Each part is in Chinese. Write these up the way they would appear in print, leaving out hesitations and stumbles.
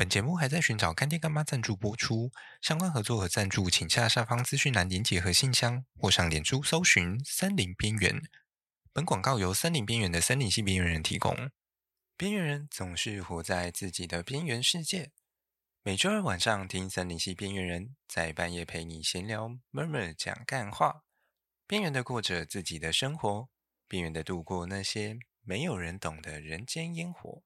本节目还在寻找干爹干妈赞助播出，相关合作和赞助，请下方资讯栏连结和信箱，或上脸书搜寻森林边缘。本广告由森林边缘的森林系边缘人提供。边缘人总是活在自己的边缘世界。每周二晚上听森林系边缘人，在半夜陪你闲聊 murmur 讲干话。边缘的过着自己的生活，边缘的度过那些没有人懂的人间烟火。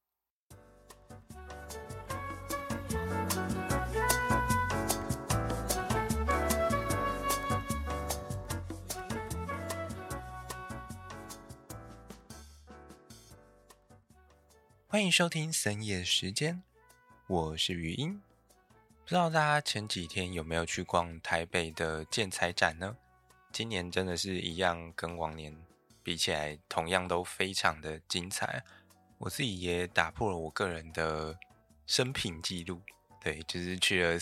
欢迎收听深夜时间，我是语音。不知道大家前几天有没有去逛台北的建材展呢？今年真的是一样，跟往年比起来，同样都非常的精彩。我自己也打破了我个人的生平记录，对，就是去了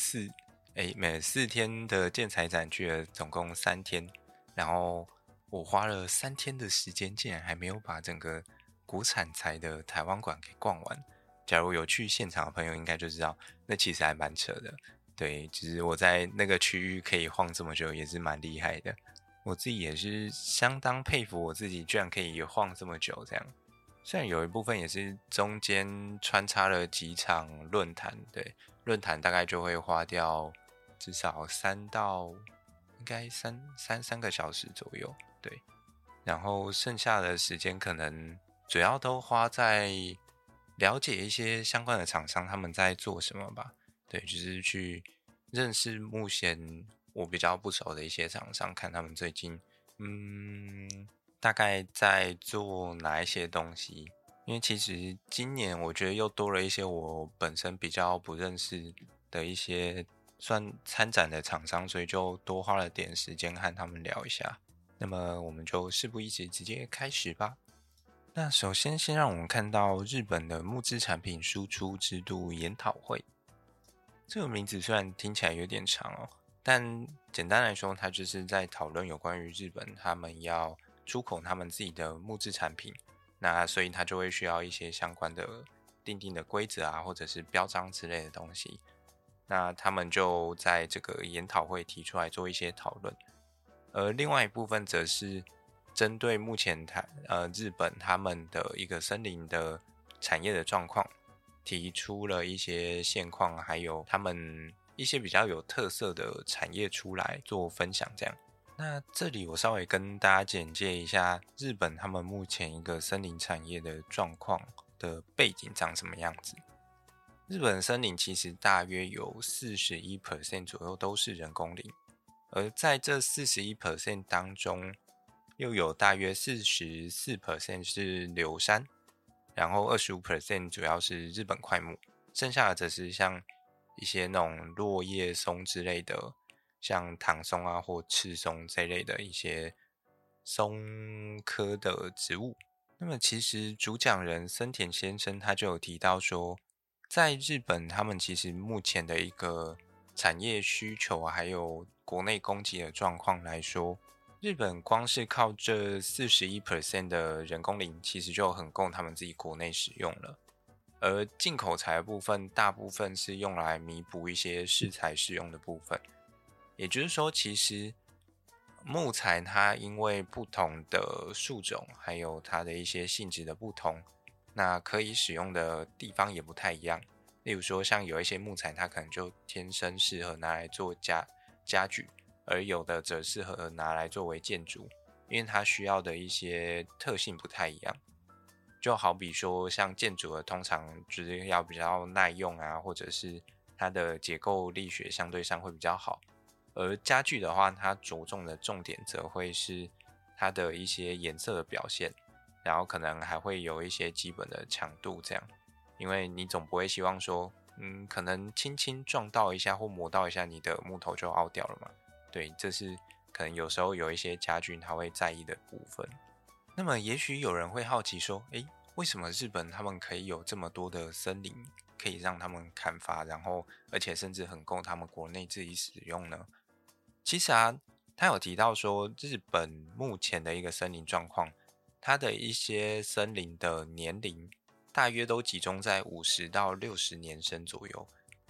4天的建材展，去了总共3天，然后我花了3天的时间，竟然还没有把整个国产材的台湾馆给逛完。假如有去现场的朋友应该就知道，那其实还蛮扯的。对，就是我在那个区域可以晃这么久，也是蛮厉害的。我自己也是相当佩服我自己，居然可以晃这么久这样。虽然有一部分也是中间穿插了几场论坛，对，论坛大概就会花掉至少应该三个小时左右，对。然后剩下的时间可能主要都花在了解一些相关的厂商他们在做什么吧，对，就是去认识目前我比较不熟的一些厂商，看他们最近大概在做哪一些东西。因为其实今年我觉得又多了一些我本身比较不认识的一些算参展的厂商，所以就多花了点时间和他们聊一下。那么我们就事不宜迟，直接开始吧。那首先先让我们看到日本的木质产品输出制度研讨会。这个名字虽然听起来有点长哦，但简单来说，它就是在讨论有关于日本他们要出口他们自己的木质产品，那所以它就会需要一些相关的订定的规则啊，或者是标章之类的东西。那他们就在这个研讨会提出来做一些讨论。而另外一部分则是针对目前日本他们的一个森林的产业的状况，提出了一些现况，还有他们一些比较有特色的产业出来做分享这样。那这里我稍微跟大家简介一下日本他们目前一个森林产业的状况的背景长什么样子。日本森林其实大约有 41% 左右都是人工林，而在这 41% 当中，又有大约 44% 是柳杉，然后 25% 主要是日本块木，剩下的则是像一些那种落叶松之类的，像唐松啊或赤松这类的一些松科的植物。那么其实主讲人森田先生他就有提到说，在日本他们其实目前的一个产业需求还有国内供给的状况来说，日本光是靠这 41% 的人工林其实就很够他们自己国内使用了。而进口材的部分大部分是用来弥补一些适材适用的部分。也就是说，其实木材它因为不同的树种还有它的一些性质的不同，那可以使用的地方也不太一样。例如说像有一些木材它可能就天生适合拿来做家具，而有的则适合拿来作为建筑，因为它需要的一些特性不太一样。就好比说像建筑的通常就是要比较耐用啊，或者是它的结构力学相对上会比较好。而家具的话，它着重的重点则会是它的一些颜色的表现，然后可能还会有一些基本的强度这样。因为你总不会希望说可能轻轻撞到一下或磨到一下你的木头就凹掉了嘛。对，这是可能有时候有一些家具他会在意的部分。那么也许有人会好奇说，为什么日本他们可以有这么多的森林可以让他们砍伐，然后而且甚至很够他们国内自己使用呢？其实他有提到说日本目前的一个森林状况，它的一些森林的年龄大约都集中在50到60年生左右，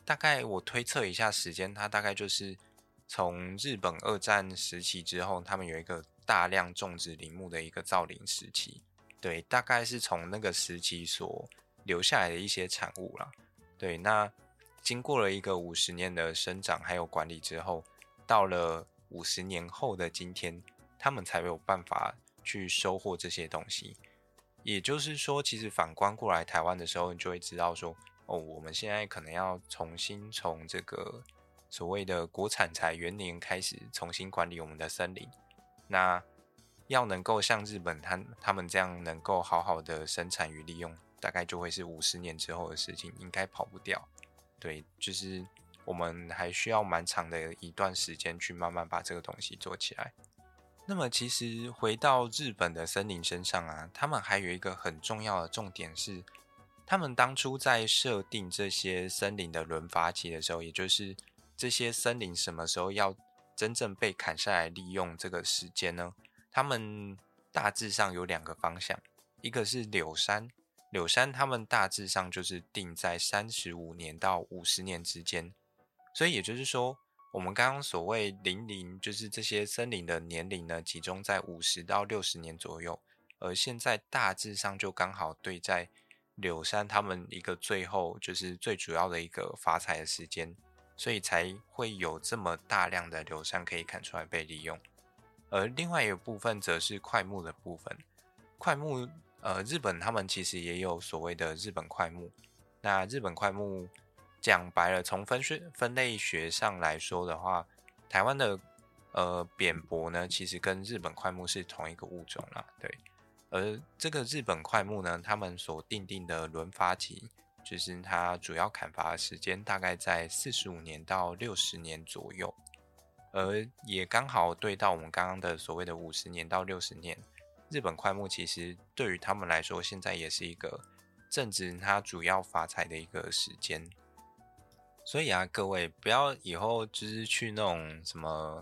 大概我推测一下时间，它大概就是从日本二战时期之后，他们有一个大量种植林木的一个造林时期，对，大概是从那个时期所留下来的一些产物啦。对，那经过了一个50年的生长还有管理之后，到了50年后的今天，他们才有办法去收获这些东西。也就是说，其实反观过来台湾的时候，你就会知道说，哦，我们现在可能要重新从这个所谓的国产材元年开始重新管理我们的森林。那要能够像日本他们这样能够好好的生产与利用，大概就会是50年之后的事情，应该跑不掉。对，就是我们还需要蛮长的一段时间去慢慢把这个东西做起来。那么其实回到日本的森林身上啊，他们还有一个很重要的重点是，他们当初在设定这些森林的轮伐期的时候，也就是这些森林什么时候要真正被砍下来利用这个时间呢？他们大致上有2个方向，一个是柳杉，柳杉他们大致上就是定在35年到50年之间，所以也就是说，我们刚刚所谓林就是这些森林的年龄呢，集中在50到60年左右，而现在大致上就刚好对在柳杉他们一个最后就是最主要的一个发财的时间，所以才会有这么大量的柳杉可以砍出来被利用。而另外一个部分则是块木的部分，块木日本他们其实也有所谓的日本块木，那日本块木讲白了，从分类学上来说的话，台湾的扁柏呢，其实跟日本块木是同一个物种啦，对。而这个日本块木呢，他们所定的轮伐期，就是它主要砍伐的时间大概在45年到60年左右，而也刚好对到我们刚刚的所谓的50年到60年。日本块木其实对于他们来说，现在也是一个正值它主要发财的一个时间。所以啊，各位不要以后就是去那种什么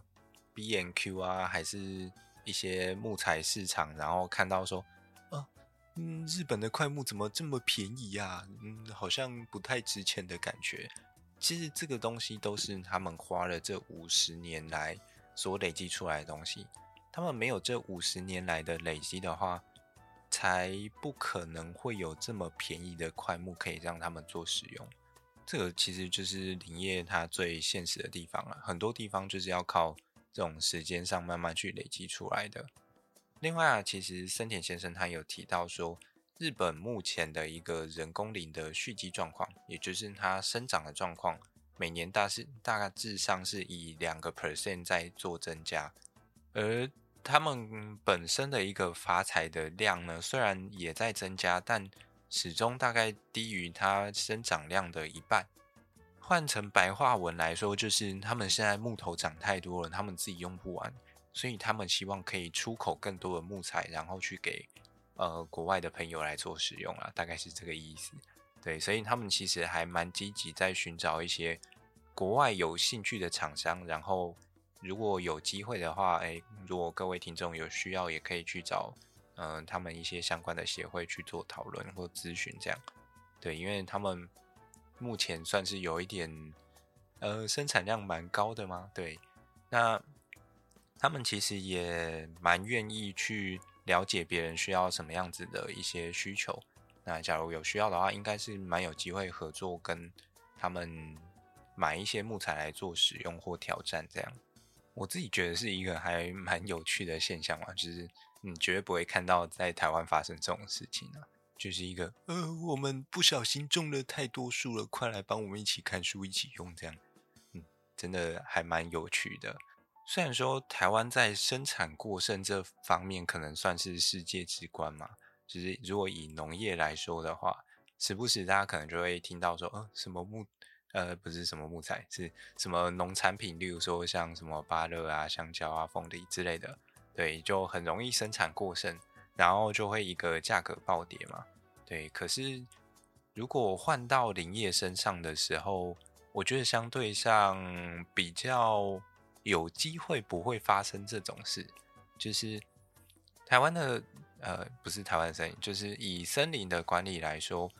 B&Q 啊，还是一些木材市场，然后看到说，日本的块木怎么这么便宜啊？好像不太值钱的感觉。其实这个东西都是他们花了这50年来所累积出来的东西。他们没有这50年来的累积的话，才不可能会有这么便宜的块木可以让他们做使用。这个其实就是林业它最现实的地方了，很多地方就是要靠这种时间上慢慢去累积出来的。另外啊，其实森田先生他有提到说，日本目前的一个人工林的蓄积状况，也就是它生长的状况，每年大致上是以2% 在做增加，而他们本身的一个伐采的量呢，虽然也在增加，但始终大概低于它生长量的一半。换成白话文来说，就是他们现在木头长太多了，他们自己用不完，所以他们希望可以出口更多的木材，然后去给国外的朋友来做使用啊，大概是这个意思。对，所以他们其实还蛮积极在寻找一些国外有兴趣的厂商，然后如果有机会的话，如果各位听众有需要，也可以去找他们一些相关的协会去做讨论或咨询这样。对，因为他们目前算是有一点生产量蛮高的嘛，对。那他们其实也蛮愿意去了解别人需要什么样子的一些需求。那假如有需要的话，应该是蛮有机会合作跟他们买一些木材来做使用或挑战这样。我自己觉得是一个还蛮有趣的现象嘛，就是你绝对不会看到在台湾发生这种事情啊，就是一个我们不小心种了太多树了，快来帮我们一起看树一起用这样。真的还蛮有趣的。虽然说台湾在生产过剩这方面可能算是世界之冠嘛，就是如果以农业来说的话，时不时大家可能就会听到说，什么不是什么木材，是什么农产品，例如说像什么芭乐啊、香蕉啊、凤梨之类的，对，就很容易生产过剩，然后就会一个价格暴跌嘛，对。可是如果换到林业身上的时候，我觉得相对上比较有机会不会发生这种事，就是台湾的不是台湾的森林，就是以森林的管理来说，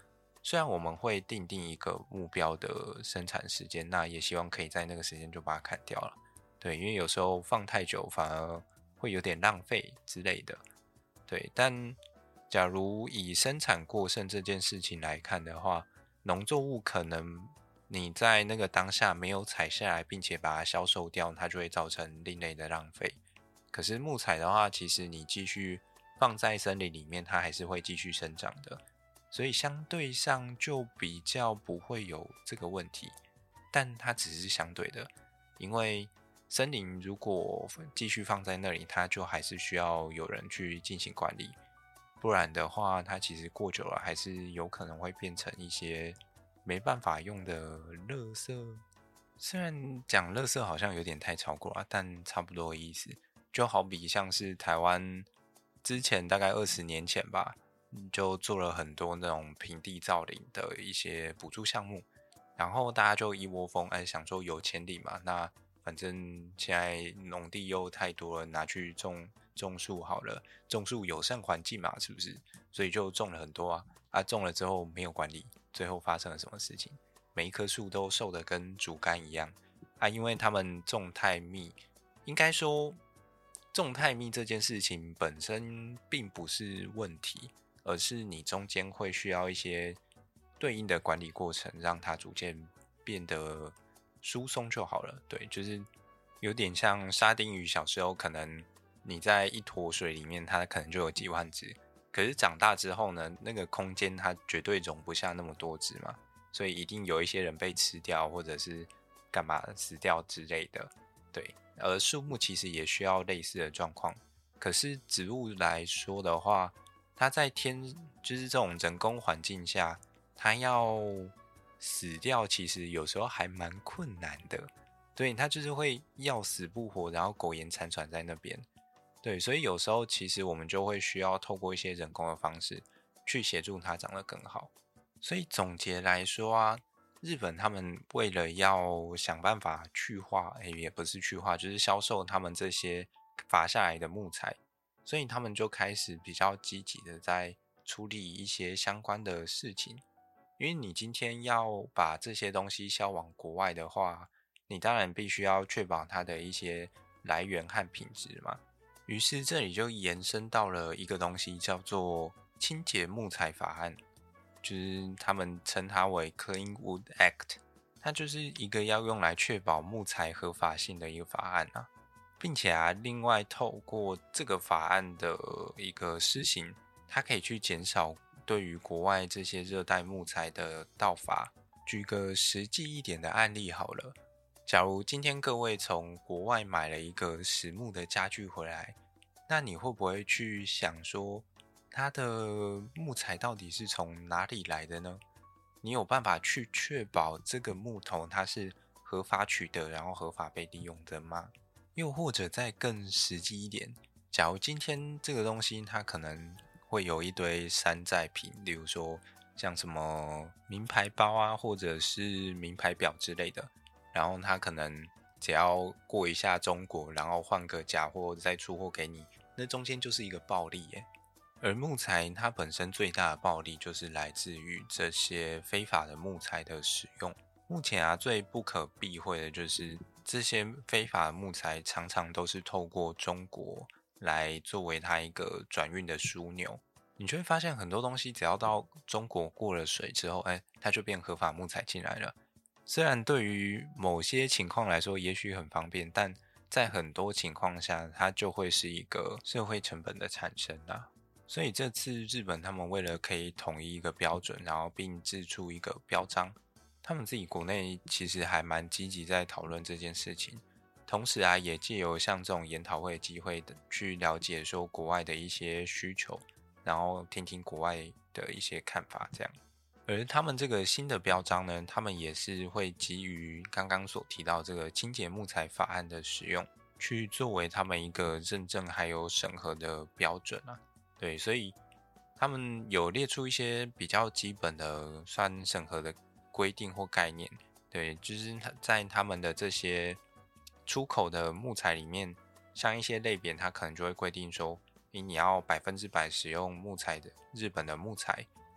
虽然我们会定一个目标的生产时间，那也希望可以在那个时间就把它砍掉了。对，因为有时候放太久反而会有点浪费之类的。对，但假如以生产过剩这件事情来看的话，农作物可能你在那个当下没有采下来，并且把它销售掉，它就会造成另类的浪费。可是木材的话，其实你继续放在森林里面，它还是会继续生长的，所以相对上就比较不会有这个问题。但它只是相对的，因为森林如果继续放在那里，它就还是需要有人去进行管理，不然的话，它其实过久了还是有可能会变成一些没办法用的垃圾。虽然讲垃圾好像有点太超过了，但差不多的意思。就好比像是台湾之前大概20年前吧，就做了很多那种平地造林的一些补助项目，然后大家就一窝蜂想说有钱领嘛，那反正现在农地又太多了，拿去种树好了，种树友善环境嘛，是不是？所以就种了很多种了之后没有管理，最后发生了什么事情？每一棵树都瘦得跟竹竿一样因为他们种太密，应该说种太密这件事情本身并不是问题，而是你中间会需要一些对应的管理过程，让它逐渐变得疏松就好了。对，就是有点像沙丁鱼，小时候可能你在一坨水里面，它可能就有几万只，可是长大之后呢，那个空间它绝对容不下那么多只嘛，所以一定有一些人被吃掉，或者是干嘛死掉之类的。对，而树木其实也需要类似的状况。可是植物来说的话，它在就是这种人工环境下，它要死掉，其实有时候还蛮困难的。对，它就是会要死不活，然后苟延残喘在那边。对，所以有时候其实我们就会需要透过一些人工的方式去协助它长得更好。所以总结来说日本他们为了要想办法去化，也不是去化，就是销售他们这些伐下来的木材，所以他们就开始比较积极的在处理一些相关的事情。因为你今天要把这些东西销往国外的话，你当然必须要确保它的一些来源和品质嘛。于是这里就延伸到了一个东西，叫做清洁木材法案。就是他们称它为 Clean Wood Act， 它就是一个要用来确保木材合法性的一个法案并且另外透过这个法案的一个施行，它可以去减少对于国外这些热带木材的盗伐。举个实际一点的案例好了，假如今天各位从国外买了一个实木的家具回来，那你会不会去想说，它的木材到底是从哪里来的呢？你有办法去确保这个木头它是合法取得，然后合法被利用的吗？又或者再更实际一点，假如今天这个东西它可能会有一堆山寨品，例如说像什么名牌包或者是名牌表之类的，然后它可能只要过一下中国，然后换个假货再出货给你，那中间就是一个暴利耶。而木材它本身最大的暴利就是来自于这些非法的木材的使用。目前最不可避讳的就是这些非法的木材常常都是透过中国来作为它一个转运的枢纽。你就会发现很多东西只要到中国过了水之后，它就变合法木材进来了。虽然对于某些情况来说也许很方便，但在很多情况下它就会是一个社会成本的产生所以这次日本他们为了可以统一一个标准，然后并制出一个标章，他们自己国内其实还蛮积极在讨论这件事情。同时也藉由像这种研讨会的机会去了解说国外的一些需求，然后听听国外的一些看法这样。而他们这个新的标章呢，他们也是会基于刚刚所提到这个清洁木材法案的使用，去作为他们一个认证还有审核的标准对，所以他们有列出一些比较基本的算审核的规定或概念。对，就是在他们的这些出口的木材里面，像一些类别，它可能就会规定说，你要100%使用日本的木材，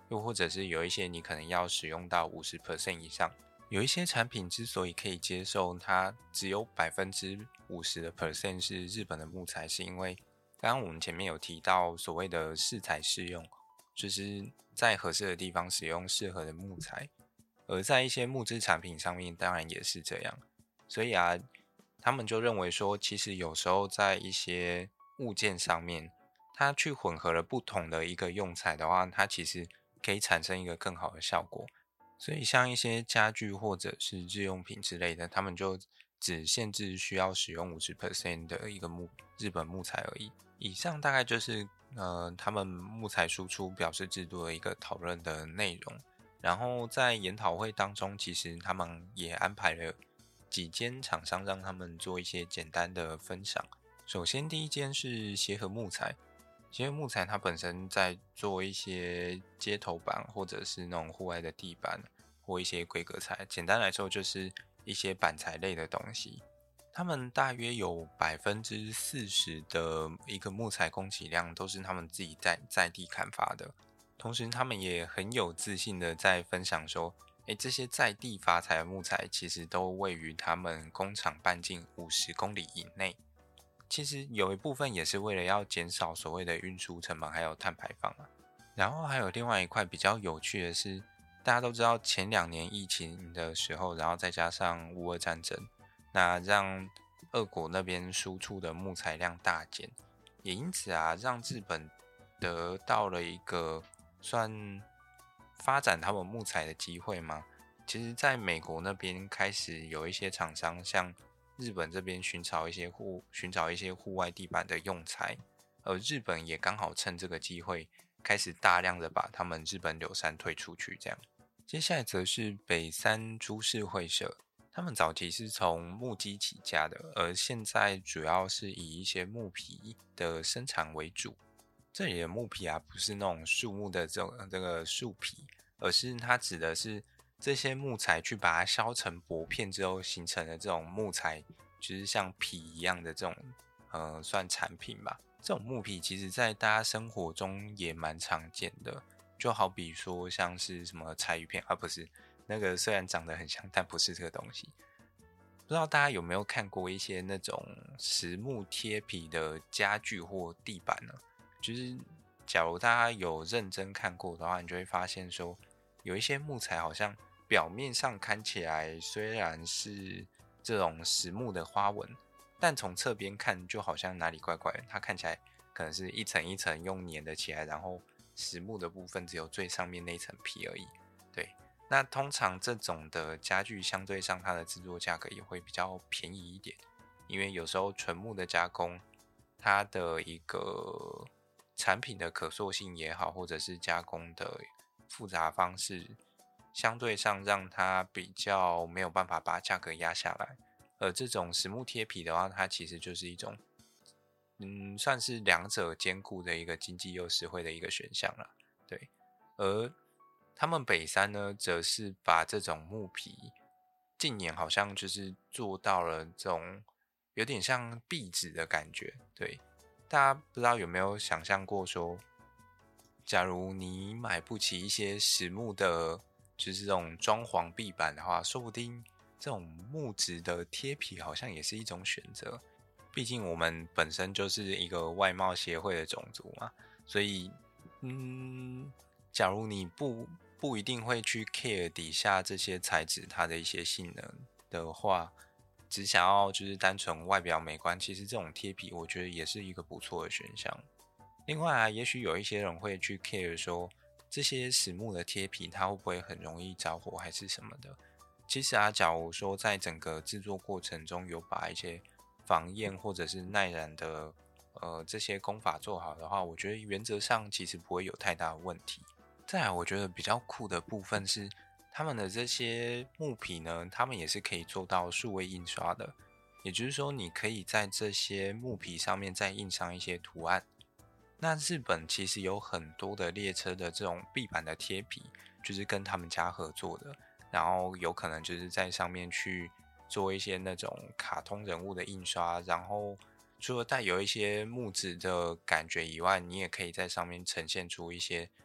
又或者是有一些你可能要使用到50% 以上。有一些产品之所以可以接受它只有50%是日本的木材，是因为刚刚我们前面有提到所谓的适材适用，就是在合适的地方使用适合的木材，而在一些木质产品上面当然也是这样。所以啊，他们就认为说，其实有时候在一些物件上面，它去混合了不同的一个用材的话，它其实可以产生一个更好的效果。所以像一些家具或者是日用品之类的，他们就只限制需要使用50% 的一个日本木材而已。以上大概就是他们木材输出表示制度的一个讨论的内容。然后在研讨会当中，其实他们也安排了几间厂商让他们做一些简单的分享。首先第一间是协和木材，协和木材它本身在做一些街头板或者是那种户外的地板或一些规格材，简单来说就是一些板材类的东西。他们大约有40%的一个木材供给量都是他们自己在地砍伐的，同时他们也很有自信的在分享说，这些在地发财的木材其实都位于他们工厂半径50公里以内。其实有一部分也是为了要减少所谓的运输成本还有碳排放啊。然后还有另外一块比较有趣的是，大家都知道前2年疫情的时候，然后再加上乌俄战争，那让俄国那边输出的木材量大减，也因此啊，让日本得到了一个算发展他们木材的机会吗？其实在美国那边开始有一些厂商像日本这边寻找一些户外地板的用材，而日本也刚好趁这个机会开始大量的把他们日本柳杉推出去。这样，接下来则是北三株式会社，他们早期是从木屐起家的，而现在主要是以一些木皮的生产为主。这里的木皮啊，不是那种树木的这个树皮，而是它指的是这些木材去把它削成薄片之后形成的这种木材，就是像皮一样的这种算产品吧。这种木皮其实在大家生活中也蛮常见的，就好比说像是什么柴鱼片啊，不是那个虽然长得很像，但不是这个东西。不知道大家有没有看过一些那种实木贴皮的家具或地板呢？就是假如大家有认真看过的话，你就会发现说，有一些木材好像表面上看起来虽然是这种实木的花纹，但从侧边看就好像哪里怪怪的，它看起来可能是一层一层用粘的起来，然后实木的部分只有最上面那一层皮而已。对，那通常这种的家具相对上它的制作价格也会比较便宜一点，因为有时候纯木的加工，它的一个产品的可塑性也好，或者是加工的复杂方式，相对上让它比较没有办法把价格压下来。而这种实木贴皮的话，它其实就是一种算是两者兼顾的一个经济又实惠的一个选项啦。对，而他们北山呢，则是把这种木皮近年好像就是做到了这种有点像壁纸的感觉。对，大家不知道有没有想象过说，假如你买不起一些实木的，就是这种装潢壁板的话，说不定这种木质的贴皮好像也是一种选择。毕竟我们本身就是一个外貌协会的种族嘛，所以假如你不一定会去 care 底下这些材质它的一些性能的话，只想要就是单纯外表美观，其实这种贴皮我觉得也是一个不错的选项。另外啊，也许有一些人会去 care 说，这些实木的贴皮它会不会很容易着火还是什么的。其实啊，假如说在整个制作过程中有把一些防焰或者是耐燃的这些工法做好的话，我觉得原则上其实不会有太大的问题。再来我觉得比较酷的部分是，他们的这些木皮呢，他们也是可以做到数位印刷的，也就是说你可以在这些木皮上面再印上一些图案。那日本其实有很多的列车的这种壁板的贴皮，就是跟他们家合作的，然后有可能就是在上面去做一些那种卡通人物的印刷，然后除了带有一些木质的感觉以外，你也可以在上面呈现出一些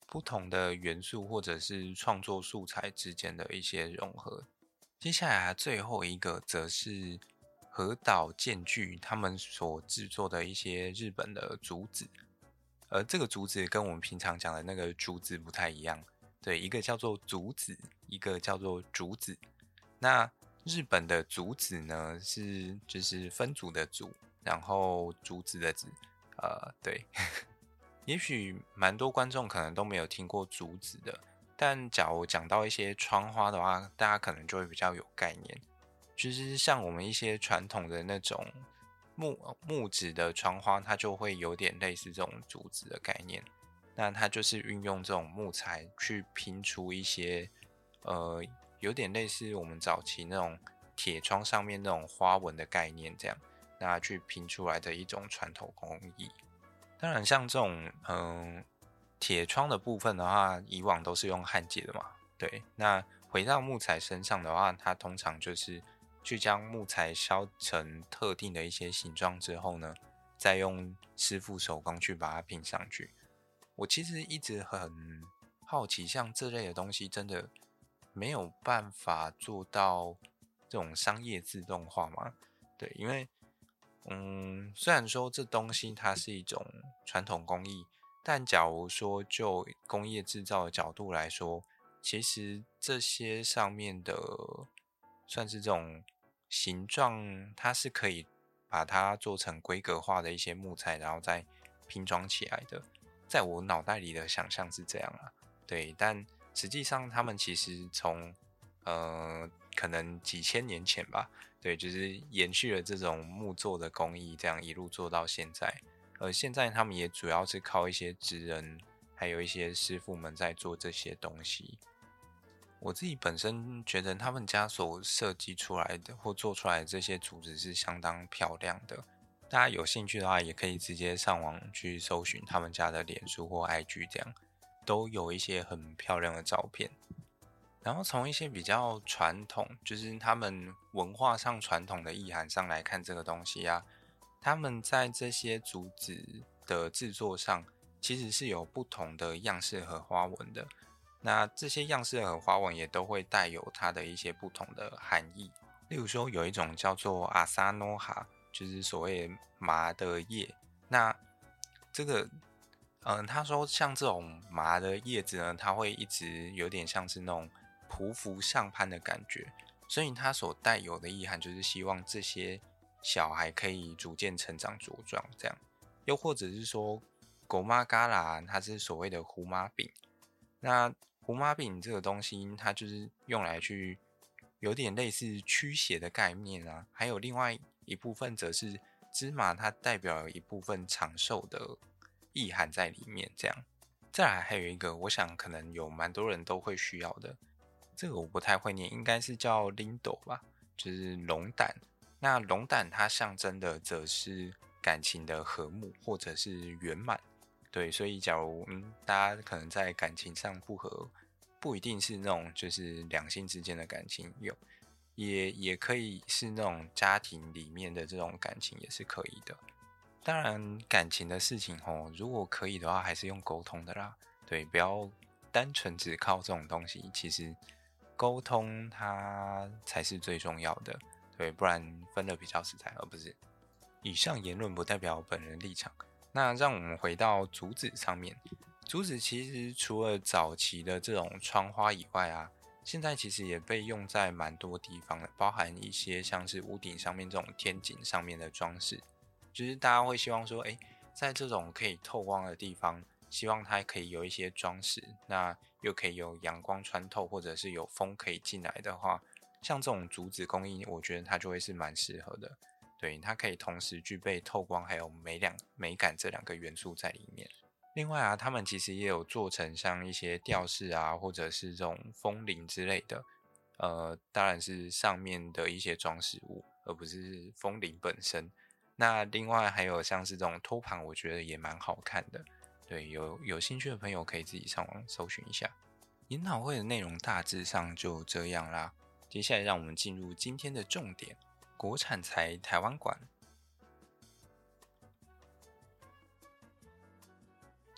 不同的元素或者是创作素材之间的一些融合。接下来最后一个则是河岛健具他们所制作的一些日本的竹子，而这个竹子跟我们平常讲的那个竹子不太一样，对，一个叫做竹子，一个叫做竹子。那日本的竹子呢就是分组的组，然后竹子的子，对，也许蛮多观众可能都没有听过竹子的。但假如讲到一些窗花的话，大家可能就会比较有概念，就是像我们一些传统的那种木质的窗花，它就会有点类似这种竹子的概念。那它就是运用这种木材去拼出一些有点类似我们早期那种铁窗上面那种花纹的概念，这样那去拼出来的一种传统工艺。当然，像这种铁窗的部分的话，以往都是用焊接的嘛。对，那回到木材身上的话，它通常就是去将木材削成特定的一些形状之后呢，再用师傅手工去把它拼上去。我其实一直很好奇，像这类的东西真的没有办法做到这种商业自动化吗？对，因为虽然说这东西它是一种传统工艺，但假如说就工业制造的角度来说，其实这些上面的算是这种形状，它是可以把它做成规格化的一些木材，然后再拼装起来的。在我脑袋里的想象是这样啊，对，但实际上他们其实从可能几千年前吧，对，就是延续了这种木做的工艺，这样一路做到现在。现在他们也主要是靠一些职人，还有一些师傅们在做这些东西。我自己本身觉得他们家所设计出来的或做出来的这些竹子是相当漂亮的。大家有兴趣的话，也可以直接上网去搜寻他们家的脸书或 IG， 这样都有一些很漂亮的照片。然后从一些比较传统，就是他们文化上传统的意涵上来看这个东西啊，他们在这些竹子的制作上，其实是有不同的样式和花纹的。那这些样式和花纹也都会带有它的一些不同的含义。例如说，有一种叫做阿萨诺哈，就是所谓麻的叶。那这个他说像这种麻的叶子呢，它会一直有点像是那种匍匐上攀的感觉，所以它所带有的意涵就是希望这些小孩可以逐渐成长茁壮，这样。又或者是说，狗妈嘎啦，它是所谓的胡麻饼。那胡麻饼这个东西，它就是用来去有点类似驱邪的概念啊，还有另外一部分则是芝麻，它代表一部分长寿的意涵在里面，这样。再来还有一个，我想可能有蛮多人都会需要的，这个我不太会念，应该是叫 Lindo 吧，就是龙胆。那龙胆它象征的则是感情的和睦或者是圆满，对，所以假如大家可能在感情上不合，不一定是那种就是两性之间的感情也可以是那种家庭里面的这种感情也是可以的。当然，感情的事情如果可以的话，还是用沟通的啦。对，不要单纯只靠这种东西，其实沟通它才是最重要的。对，不然分的比较实在，而不是。以上言论不代表本人立场。那让我们回到竹子上面，竹子其实除了早期的这种窗花以外啊，现在其实也被用在蛮多地方的，包含一些像是屋顶上面这种天井上面的装饰。就是大家会希望说，在这种可以透光的地方，希望它可以有一些装饰，那又可以有阳光穿透，或者是有风可以进来的话，像这种竹子工艺，我觉得它就会是蛮适合的。对，它可以同时具备透光还有美感这两个元素在里面。另外啊，他们其实也有做成像一些吊饰啊，或者是这种风铃之类的，当然是上面的一些装饰物，而不是风铃本身。那另外还有像是这种托盘，我觉得也蛮好看的。对，有兴趣的朋友可以自己上网搜寻一下。研讨会的内容大致上就这样啦。接下来让我们进入今天的重点——国产材台湾馆。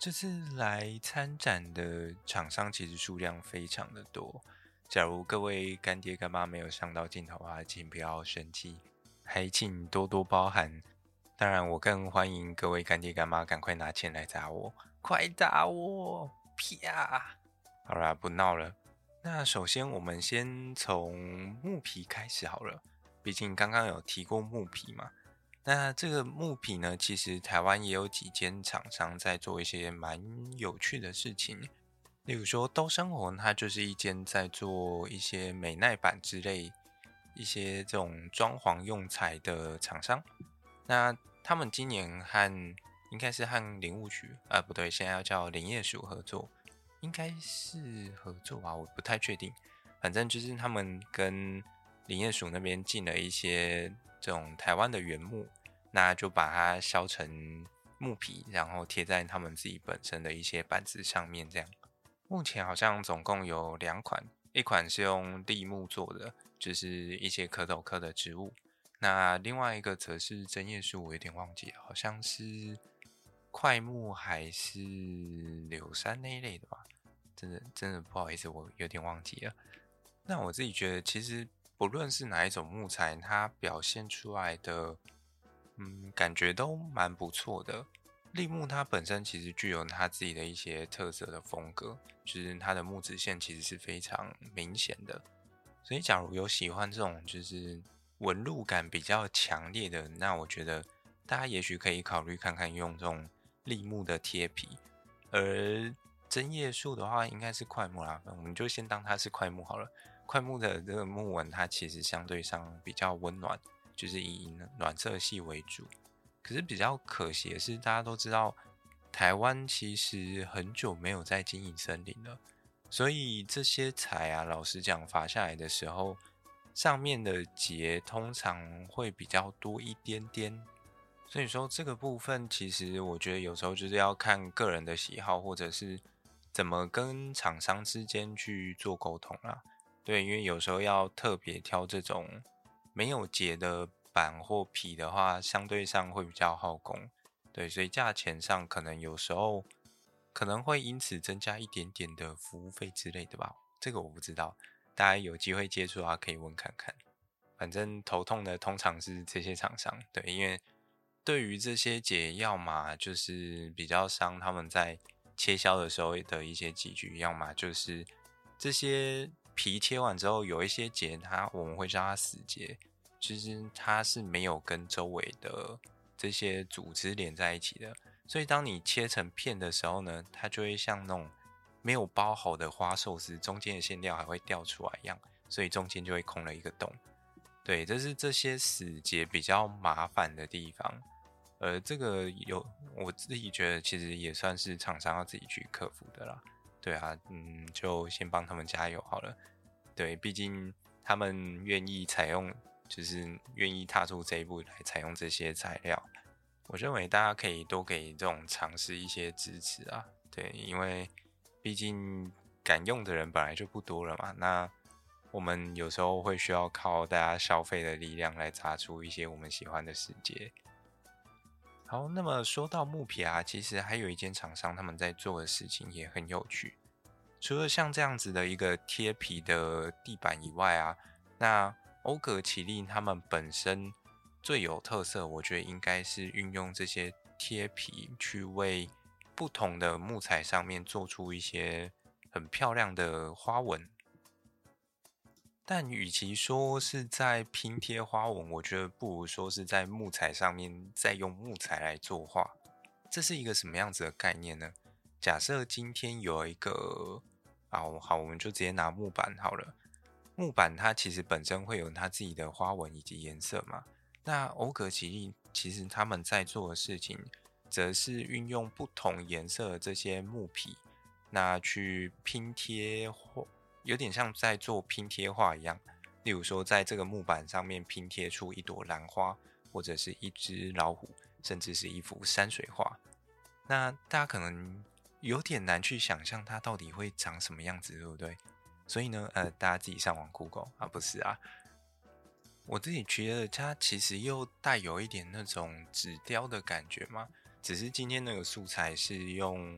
这次来参展的厂商其实数量非常的多，假如各位干爹干妈没有上到镜头的话，请不要生气，还请多多包涵。当然，我更欢迎各位干爹干妈赶快拿钱来砸我，快打我！啪！好啦，不闹了。那首先我们先从木皮开始好了，毕竟刚刚有提过木皮嘛。那这个木皮呢，其实台湾也有几间厂商在做一些蛮有趣的事情，例如说都生活，它就是一间在做一些美耐板之类一些这种装潢用材的厂商。那他们今年应该是和林务局不对，现在要叫林业署合作，应该是合作吧，我不太确定。反正就是他们跟林业署那边进了一些这种台湾的原木，那就把它削成木皮，然后贴在他们自己本身的一些板子上面。这样，目前好像总共有2款，一款是用栎木做的，就是一些蝌蚪科的植物。那另外一个则是针叶树，我有点忘记了，好像是块木还是柳杉那一类的吧，真的不好意思，我有点忘记了。那我自己觉得，其实不论是哪一种木材，它表现出来的感觉都蛮不错的。栎木它本身其实具有它自己的一些特色的风格，就是它的木质线其实是非常明显的。所以假如有喜欢这种就是纹路感比较强烈的，那我觉得大家也许可以考虑看看用这种栎木的贴皮。而针叶树的话应该是块木啦，我们就先当它是块木好了。块木的这个木纹它其实相对上比较温暖，就是以暖色系为主。可是比较可惜的是，大家都知道台湾其实很久没有在经营森林了，所以这些材啊，老实讲伐下来的时候，上面的节通常会比较多一点点。所以说这个部分其实我觉得有时候就是要看个人的喜好，或者是怎么跟厂商之间去做沟通啦。对，因为有时候要特别挑这种没有节的板或皮的话，相对上会比较耗工。对，所以价钱上可能有时候可能会因此增加一点点的服务费之类的吧，这个我不知道，大家有机会接触的话可以问看看。反正头痛的通常是这些厂商，对，因为对于这些解药嘛，就是比较伤他们在切削的时候的一些器具，要么就是这些皮切完之后有一些结我们会叫它死结，其实它是没有跟周围的这些组织连在一起的，所以当你切成片的时候呢，它就会像那种没有包好的花寿司，中间的馅料还会掉出来一样，所以中间就会空了一个洞。对，这是这些死结比较麻烦的地方。这个我自己觉得其实也算是厂商要自己去克服的啦。对啊，就先帮他们加油好了。对，毕竟他们愿意采用，就是愿意踏出这一步来采用这些材料，我认为大家可以多给这种尝试一些支持啊。对，因为毕竟敢用的人本来就不多了嘛。那我们有时候会需要靠大家消费的力量来砸出一些我们喜欢的世界。好，那么说到木皮啊，其实还有一间厂商他们在做的事情也很有趣。除了像这样子的一个贴皮的地板以外啊，那欧格奇力他们本身最有特色，我觉得应该是运用这些贴皮去为不同的木材上面做出一些很漂亮的花纹。但与其说是在拼贴花纹，我觉得不如说是在木材上面再用木材来作画。这是一个什么样子的概念呢？假设今天有一个好，我们就直接拿木板好了。木板它其实本身会有它自己的花纹以及颜色嘛。那欧格奇力其实他们在做的事情，则是运用不同颜色的这些木皮，那去拼贴有点像在做拼贴画一样，例如说在这个木板上面拼贴出一朵兰花，或者是一只老虎，甚至是一幅山水画。那大家可能有点难去想象它到底会长什么样子，对不对？所以呢，大家自己上网 Google 啊，不是啊，我自己觉得它其实又带有一点那种纸雕的感觉嘛，只是今天那个素材是用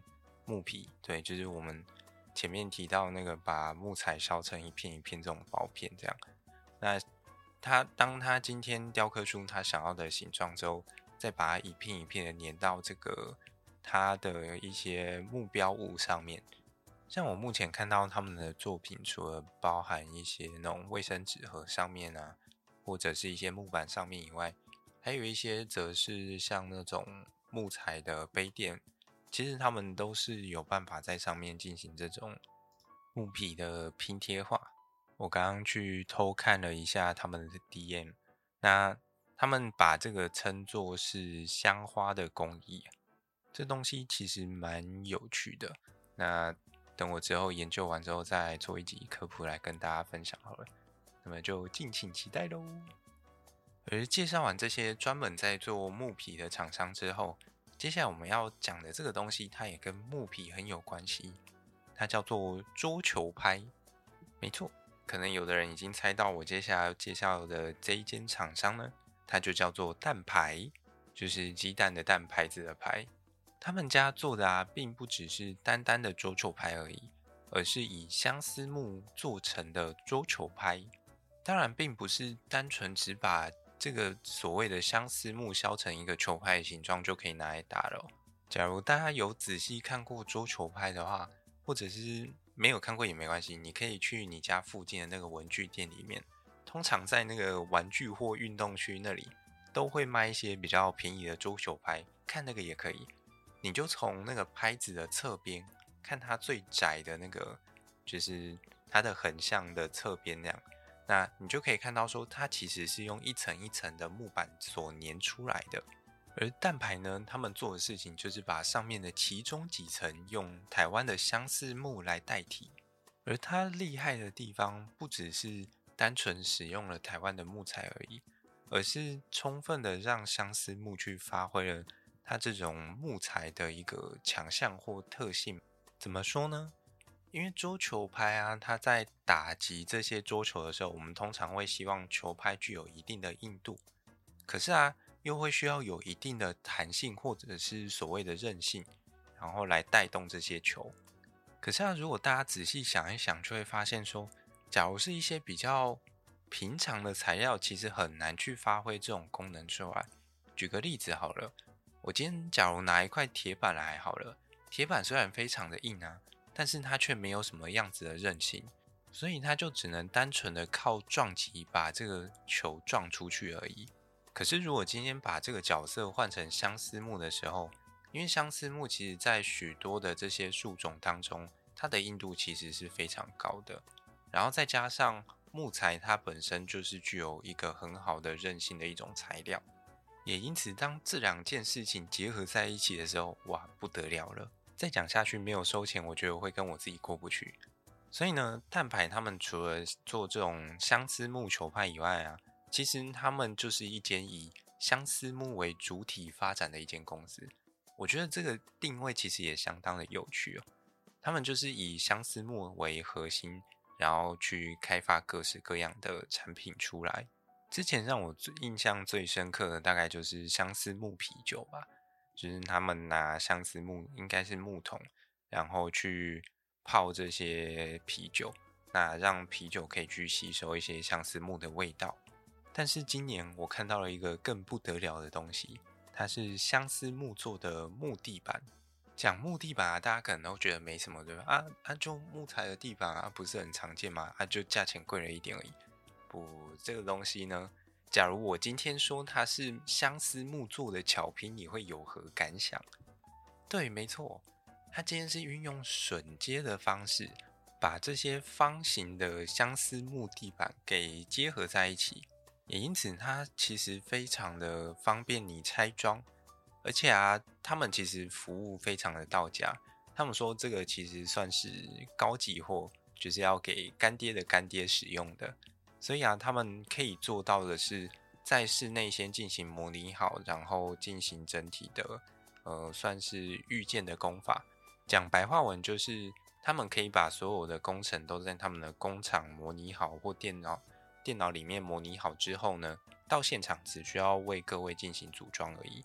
木皮，对，就是我们前面提到那个把木材烧成一片一片这种薄片这样。那当他今天雕刻出他想要的形状之后，再把它一片一片的粘到这个他的一些目标物上面。像我目前看到他们的作品，除了包含一些那种卫生纸盒上面啊，或者是一些木板上面以外，还有一些则是像那种木材的杯垫，其实他们都是有办法在上面进行这种木皮的拼贴画。我刚刚去偷看了一下他们的 DM，那他们把这个称作是香花的工艺，这东西其实蛮有趣的。那等我之后研究完之后，再做一集科普来跟大家分享好了。那么就敬请期待喽。而介绍完这些专门在做木皮的厂商之后，接下来我们要讲的这个东西，它也跟木皮很有关系，它叫做桌球拍。没错，可能有的人已经猜到我接下来要介绍的这一间厂商呢，它就叫做蛋牌，就是鸡蛋的蛋，牌子的牌。他们家做的并不只是单单的桌球拍而已，而是以相思木做成的桌球拍。当然，并不是单纯只把这个所谓的相思木削成一个球拍的形状就可以拿来打了假如大家有仔细看过桌球拍的话，或者是没有看过也没关系，你可以去你家附近的那个文具店里面，通常在那个玩具或运动区那里都会卖一些比较便宜的桌球拍，看那个也可以。你就从那个拍子的侧边看它最窄的那个，就是它的横向的侧边那样，那你就可以看到说它其实是用一层一层的木板所粘出来的。而蛋牌呢，他们做的事情就是把上面的其中几层用台湾的相思木来代替。而它厉害的地方不只是单纯使用了台湾的木材而已，而是充分的让相思木去发挥了它这种木材的一个强项或特性。怎么说呢？因为桌球拍它在打击这些桌球的时候，我们通常会希望球拍具有一定的硬度，可是又会需要有一定的弹性或者是所谓的韧性，然后来带动这些球。可是如果大家仔细想一想，就会发现说，假如是一些比较平常的材料，其实很难去发挥这种功能出来。举个例子好了，我今天假如拿一块铁板来好了，铁板虽然非常的硬但是它却没有什么样子的韧性，所以它就只能单纯的靠撞击把这个球撞出去而已。可是如果今天把这个角色换成相思木的时候，因为相思木其实在许多的这些树种当中，它的硬度其实是非常高的，然后再加上木材它本身就是具有一个很好的韧性的一种材料，也因此当这两件事情结合在一起的时候，哇，不得了了。再讲下去没有收钱，我觉得我会跟我自己过不去。所以呢，蛋牌他们除了做这种相思木球拍以外其实他们就是一间以相思木为主体发展的一间公司。我觉得这个定位其实也相当的有趣他们就是以相思木为核心，然后去开发各式各样的产品出来。之前让我印象最深刻的大概就是相思木啤酒吧，就是他们拿相思木，应该是木桶，然后去泡这些啤酒，那让啤酒可以去吸收一些相思木的味道。但是今年我看到了一个更不得了的东西，它是相思木做的木地板。讲木地板大家可能都觉得没什么，对吧？就木材的地板不是很常见吗？就价钱贵了一点而已。不，这个东西呢，假如我今天说它是相思木做的巧拼，你会有何感想？对，没错，它今天是运用榫接的方式，把这些方形的相思木地板给结合在一起，也因此它其实非常的方便你拆装，而且他们其实服务非常的到家，他们说这个其实算是高级货，就是要给干爹的干爹使用的，所以他们可以做到的是在室内先进行模拟好，然后进行整体的算是预建的工法。讲白话文就是他们可以把所有的工程都在他们的工厂模拟好，或电脑里面模拟好之后呢，到现场只需要为各位进行组装而已。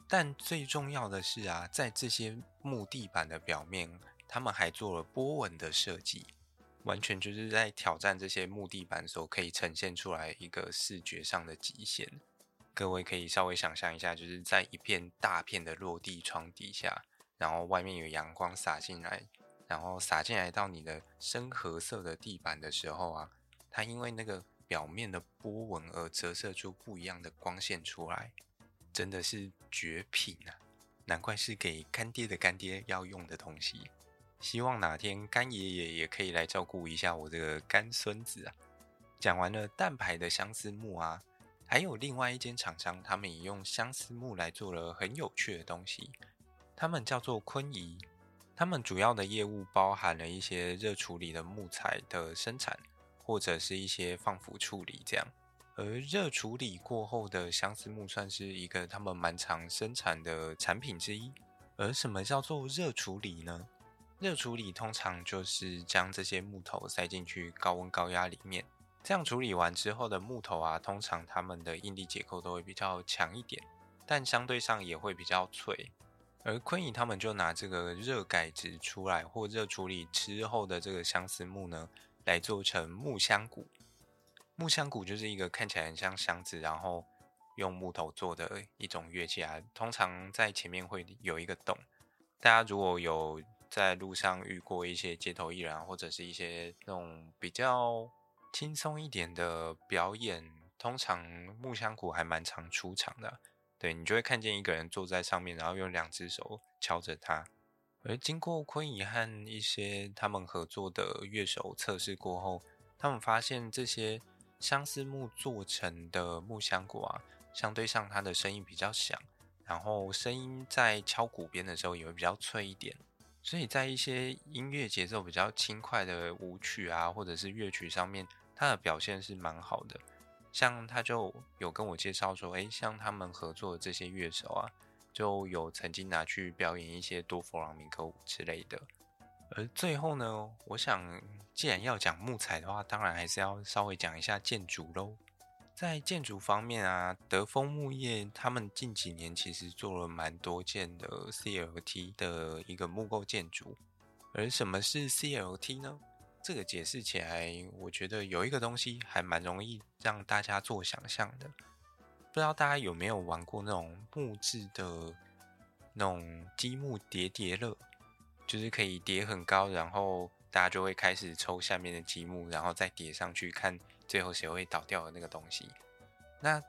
但最重要的是啊，在这些木地板的表面，他们还做了波纹的设计，完全就是在挑战这些木地板所可以呈现出来一个视觉上的极限。各位可以稍微想象一下，就是在一片大片的落地窗底下，然后外面有阳光洒进来，然后洒进来到你的深褐色的地板的时候啊，它因为那个表面的波纹而折射出不一样的光线出来，真的是绝品啊！难怪是给干爹的干爹要用的东西。希望哪天干爷爷也可以来照顾一下我这个干孙子啊！讲完了蛋牌的相思木啊，还有另外一间厂商，他们也用相思木来做了很有趣的东西，他们叫做昆仪。他们主要的业务包含了一些热处理的木材的生产，或者是一些放腐处理这样。而热处理过后的相思木算是一个他们蛮常生产的产品之一。而什么叫做热处理呢？热处理通常就是将这些木头塞进去高温高压里面，这样处理完之后的木头啊，通常它们的应力结构都会比较强一点，但相对上也会比较脆。而昆仪他们就拿这个热改质出来或热处理之后的这个相思木呢，来做成木箱鼓。木箱鼓就是一个看起来很像箱子，然后用木头做的一种乐器啊，通常在前面会有一个洞。大家如果有在路上遇过一些街头艺人或者是一些那种比较轻松一点的表演，通常木箱鼓还蛮常出场的。对，你就会看见一个人坐在上面，然后用2只手敲着它。而经过昆仪和一些他们合作的乐手测试过后，他们发现这些相思木做成的木箱鼓啊，相对上它的声音比较响，然后声音在敲鼓边的时候也会比较脆一点。所以在一些音乐节奏比较轻快的舞曲啊，或者是乐曲上面，它的表现是蛮好的。像他就有跟我介绍说，像他们合作的这些乐手啊，就有曾经拿去表演一些多佛朗明哥舞之类的。而最后呢，我想既然要讲木材的话，当然还是要稍微讲一下建筑咯。在建筑方面啊，德丰木业他们近几年其实做了蛮多件的 CLT 的一个木构建筑。而什么是 CLT 呢？这个解释起来，我觉得有一个东西还蛮容易让大家做想象的。不知道大家有没有玩过那种木质的那种积木叠叠乐，就是可以叠很高，然后大家就会开始抽下面的积木，然后再叠上去，看最后谁会倒掉的那个东西。那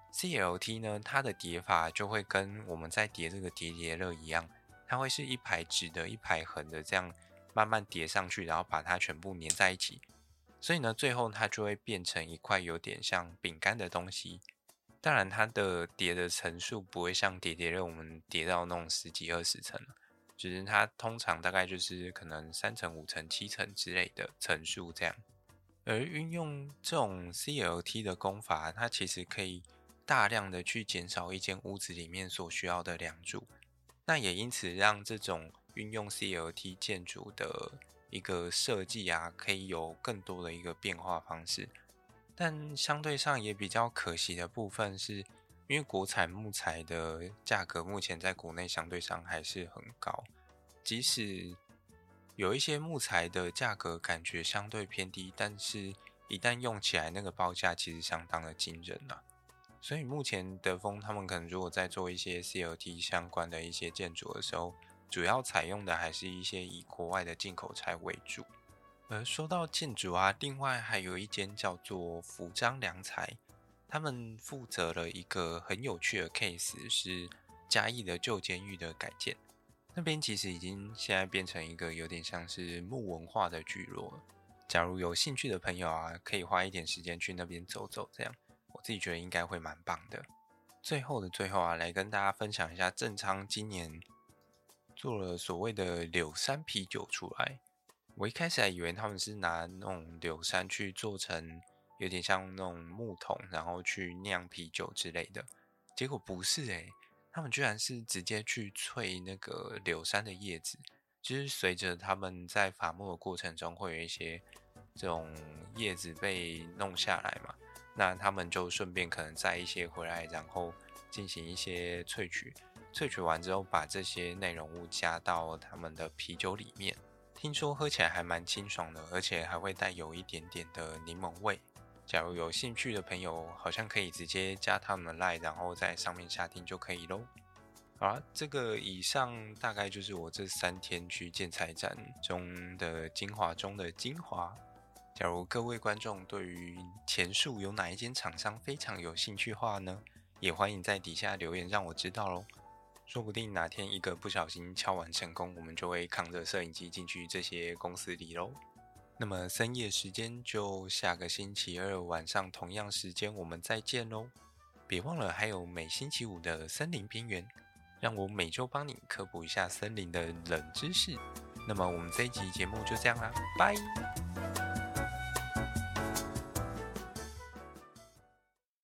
CLT 呢，它的叠法就会跟我们在叠这个叠叠乐一样，它会是一排直的，一排横的，这样慢慢叠上去，然后把它全部粘在一起。所以呢，最后它就会变成一块有点像饼干的东西。当然，它的叠的层数不会像叠叠乐我们叠到那种10几20层，就是它通常大概就是可能3层、5层、7层之类的层数这样。而运用这种 CLT 的工法，它其实可以大量的去减少一间屋子里面所需要的梁柱，那也因此让这种运用 CLT 建筑的一个设计啊，可以有更多的一个变化方式。但相对上也比较可惜的部分是，因为国产木材的价格目前在国内相对上还是很高，即使有一些木材的价格感觉相对偏低，但是一旦用起来，那个报价其实相当的惊人啊。所以目前德丰他们可能如果在做一些 CLT 相关的一些建筑的时候，主要采用的还是一些以国外的进口材为主。而说到建筑啊，另外还有一间叫做福章良材，他们负责了一个很有趣的 case， 是嘉义的旧监狱的改建。那边其实已经现在变成一个有点像是木文化的聚落了。假如有兴趣的朋友啊，可以花一点时间去那边走走，这样我自己觉得应该会蛮棒的。最后的最后啊，来跟大家分享一下正昌今年做了所谓的柳山啤酒出来。我一开始还以为他们是拿那种柳杉去做成有点像那种木桶，然后去酿啤酒之类的，结果不是他们居然是直接去萃那个柳杉的叶子，就是随着他们在伐木的过程中会有一些这种叶子被弄下来嘛，那他们就顺便可能摘一些回来，然后进行一些萃取，萃取完之后把这些内容物加到他们的啤酒里面，听说喝起来还蛮清爽的，而且还会带有一点点的柠檬味。假如有兴趣的朋友，好像可以直接加他们的 LINE， 然后在上面下订就可以咯。好啦，这个以上大概就是我这3天去建材展中的精华中的精华。假如各位观众对于前述有哪一间厂商非常有兴趣的话呢，也欢迎在底下留言让我知道咯。说不定哪天一个不小心敲完成功，我们就会扛着摄影机进去这些公司里咯。那么深夜时间就下个星期二晚上同样时间我们再见咯。别忘了还有每星期五的森林边缘，让我每周帮你科普一下森林的冷知识。那么我们这一集节目就这样啦，拜。